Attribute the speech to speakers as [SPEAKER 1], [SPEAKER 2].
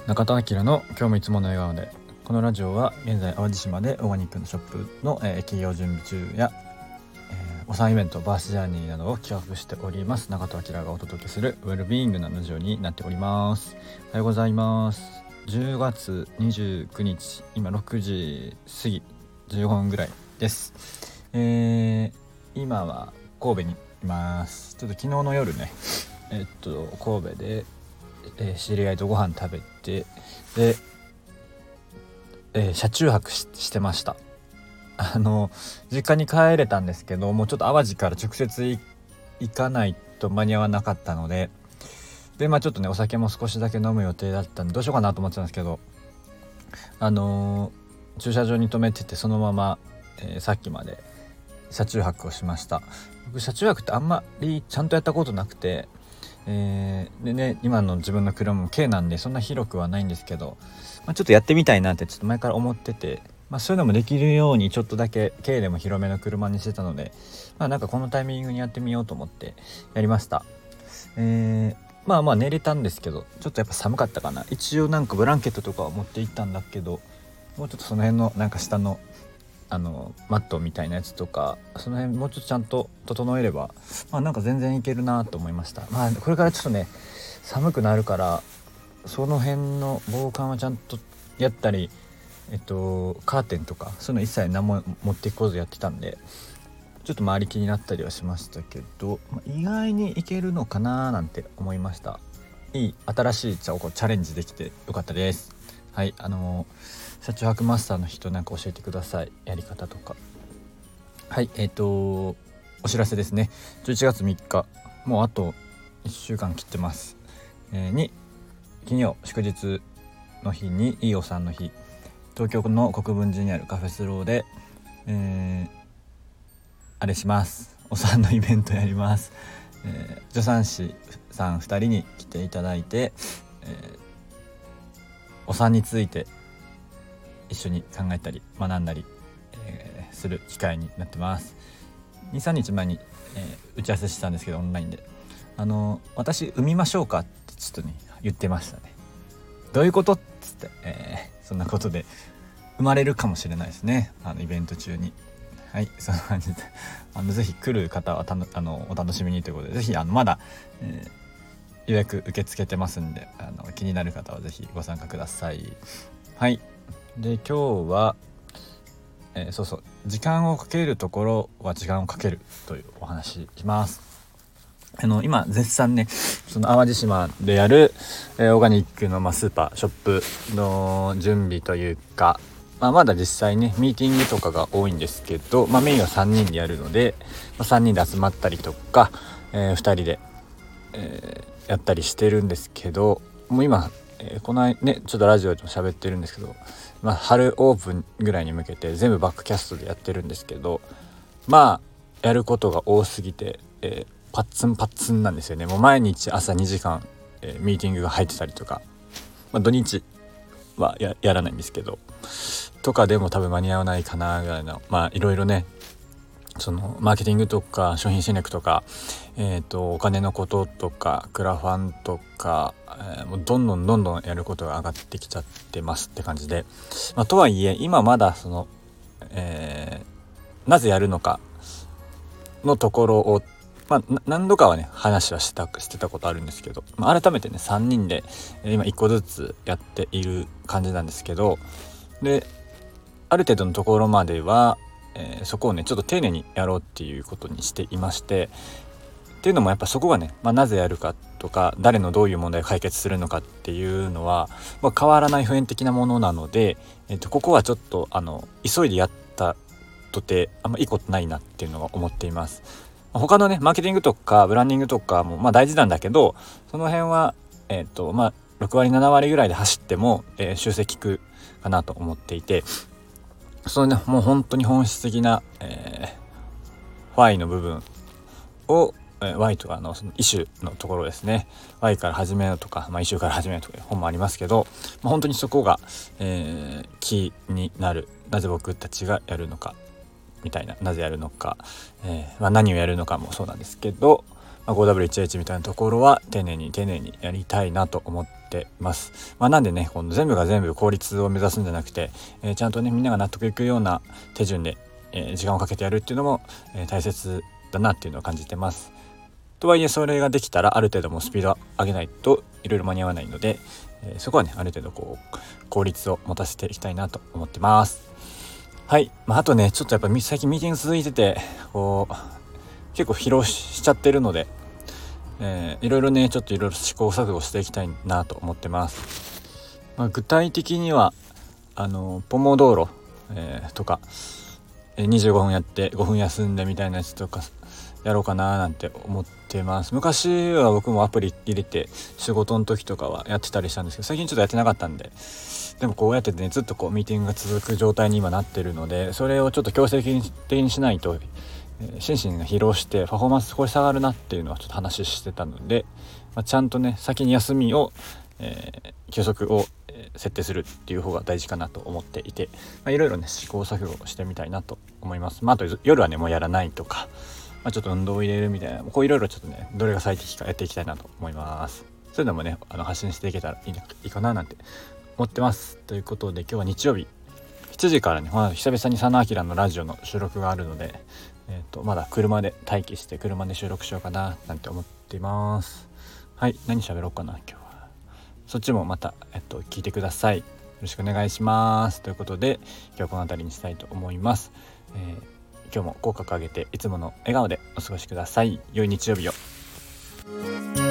[SPEAKER 1] 中田明の今日もいつもの笑顔で。このラジオは現在淡路島でオーガニックのショップの、企業準備中や、お産イベント、バースジャーニーなどを企画しております中田明がお届けするウェルビーイングなラジオになっております。おはようございます。10月29日今6時過ぎ15分ぐらいです。今は神戸にいます。ちょっと昨日の夜ね神戸で知り合いとご飯食べてで、車中泊 してました。実家に帰れたんですけどもうちょっと淡路から直接行かないと間に合わなかったのでちょっとねお酒も少しだけ飲む予定だったんでどうしようかなと思ってたんですけど駐車場に止めててそのまま、さっきまで車中泊をしました。僕車中泊ってあんまりちゃんとやったことなくてでね、今の自分の車も軽なんでそんな広くはないんですけど、ちょっとやってみたいなってちょっと前から思ってて、そういうのもできるようにちょっとだけ軽でも広めの車にしてたので、なんかこのタイミングにやってみようと思ってやりました。寝れたんですけどちょっとやっぱ寒かったかな。一応なんかブランケットとかは持って行ったんだけどもうちょっとその辺のなんか下のマットみたいなやつとかその辺もうちょっとちゃんと整えればなんか全然いけるなと思いました。これからちょっとね寒くなるからその辺の防寒はちゃんとやったりカーテンとかそういうの一切何も持っていこうとやってたんでちょっと周り気になったりはしましたけど、意外にいけるのかななんて思いました。いい新しい茶をチャレンジできてよかったです。はい、車中泊マスターの人なんか教えてください、やり方とか。はい、お知らせですね。11月3日もうあと1週間切ってます、に金曜祝日の日にいいお産の日東京の国分寺にあるカフェスローで、あれします。お産のイベントやります。助産師さん2人に来ていただいて、お産について一緒に考えたり学んだり、する機会になってます。 2,3 日前に、打ち合わせしたんですけどオンラインで私産みましょうかってちょっとね言ってましたね。どういうことっつって、そんなことで生まれるかもしれないですね、イベント中に。はい、そんな感じでぜひ来る方はお楽しみにということでぜひまだ、予約受け付けてますんで気になる方はぜひご参加ください。はい、で今日は、時間をかけるところは時間をかけるというお話します。今絶賛ねその淡路島でやる、オーガニックの、スーパーショップの準備というか、まだ実際ねミーティングとかが多いんですけど、メインは3人でやるので、3人で集まったりとか、2人で、やったりしてるんですけど、もう今、このねちょっとラジオでも喋ってるんですけど、春オープンぐらいに向けて全部バックキャストでやってるんですけど、やることが多すぎて、パッツンなんですよね。もう毎日朝2時間、ミーティングが入ってたりとか、土日は やらないんですけどとかでも多分間に合わないかなぐらいのいろいろねそのマーケティングとか商品戦略とか、お金のこととかクラファンとか、もうどんどんやることが上がってきちゃってますって感じで、とはいえ今まだその、なぜやるのかのところを何度かはね話はしてたことあるんですけど、改めてね3人で今1個ずつやっている感じなんですけど、である程度のところまでは、そこをねちょっと丁寧にやろうっていうことにしていまして、っていうのもやっぱそこがね、なぜやるかとか誰のどういう問題を解決するのかっていうのは、変わらない普遍的なものなので、ここはちょっと急いでやったとてあんまいいことないなっていうのは思っています。他のねマーケティングとかブランディングとかも大事なんだけど、その辺は6割7割ぐらいで走っても、修正効くかなと思っていて、そのねもう本当に本質的な、Y の部分を、Y とかそのイシュのところですね。 Y から始めようとか、イシュから始めようとか本もありますけど、本当にそこが、キーになる。なぜ僕たちがやるのかみたいな、なぜやるのか、何をやるのかもそうなんですけど、 5W1H みたいなところは丁寧にやりたいなと思ってます。なんでね、この全部が全部効率を目指すんじゃなくて、ちゃんとねみんなが納得いくような手順で、時間をかけてやるっていうのも、大切だなっていうのを感じてます。とはいえそれができたらある程度もスピードを上げないといろいろ間に合わないので、そこはねある程度効率を持たせていきたいなと思ってます。はい、あとねちょっとやっぱ最近ミーティング続いてて結構疲労しちゃってるので、いろいろねちょっといろいろ試行錯誤していきたいなと思ってます。具体的にはポモドーロ、とか、25分やって5分休んでみたいなやつとかやろうかななんて思ってます。昔は僕もアプリ入れて仕事の時とかはやってたりしたんですけど、最近ちょっとやってなかったんで、でもこうやってねずっとミーティングが続く状態に今なってるので、それをちょっと強制的にしないと、心身が疲労してパフォーマンス下がるなっていうのはちょっと話してたので、ちゃんとね先に休みを、休息を設定するっていう方が大事かなと思っていて、いろいろね試行錯誤してみたいなと思います。あと夜はねもうやらないとか、ちょっと運動を入れるみたいな、いろいろちょっとねどれが最適かやっていきたいなと思います。そういうのもね発信していけたらいいかななんて思ってます。ということで今日は日曜日7時からね、久々に佐野明のラジオの収録があるので、まだ車で待機して車で収録しようかななんて思っています。はい、何喋ろうかな今日は。そっちもまた、聞いてください。よろしくお願いします。ということで今日はこの辺りにしたいと思います。今日も口角上げていつもの笑顔でお過ごしください。良い日曜日を。